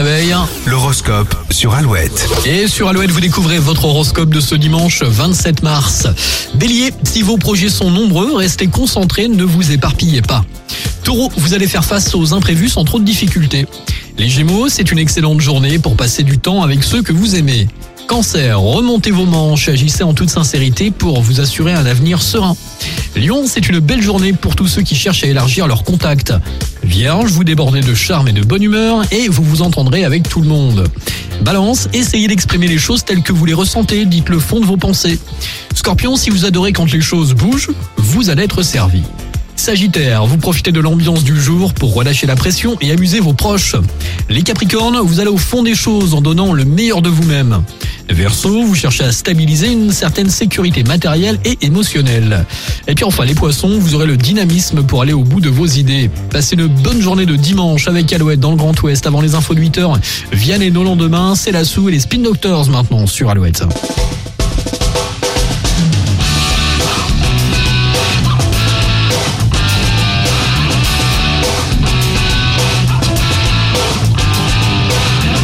réveil. L'horoscope sur Alouette. Et sur Alouette, vous découvrez votre horoscope de ce dimanche 27 mars. Bélier, si vos projets sont nombreux, restez concentrés, ne vous éparpillez pas. Taureau, vous allez faire face aux imprévus sans trop de difficultés. Les Gémeaux, c'est une excellente journée pour passer du temps avec ceux que vous aimez. Cancer, remontez vos manches, agissez en toute sincérité pour vous assurer un avenir serein. Lion, c'est une belle journée pour tous ceux qui cherchent à élargir leurs contacts. Vierge, vous débordez de charme et de bonne humeur et vous vous entendrez avec tout le monde. Balance, essayez d'exprimer les choses telles que vous les ressentez, dites le fond de vos pensées. Scorpion, si vous adorez quand les choses bougent, vous allez être servi. Sagittaire, vous profitez de l'ambiance du jour pour relâcher la pression et amuser vos proches. Les Capricornes, vous allez au fond des choses en donnant le meilleur de vous-même. Verseau, vous cherchez à stabiliser une certaine sécurité matérielle et émotionnelle. Et puis enfin les Poissons, vous aurez le dynamisme pour aller au bout de vos idées. Passez une bonne journée de dimanche avec Alouette dans le Grand Ouest avant les infos de 8h. Vianney nos lendemains, c'est la Sou et les Spin Doctors maintenant sur Alouette.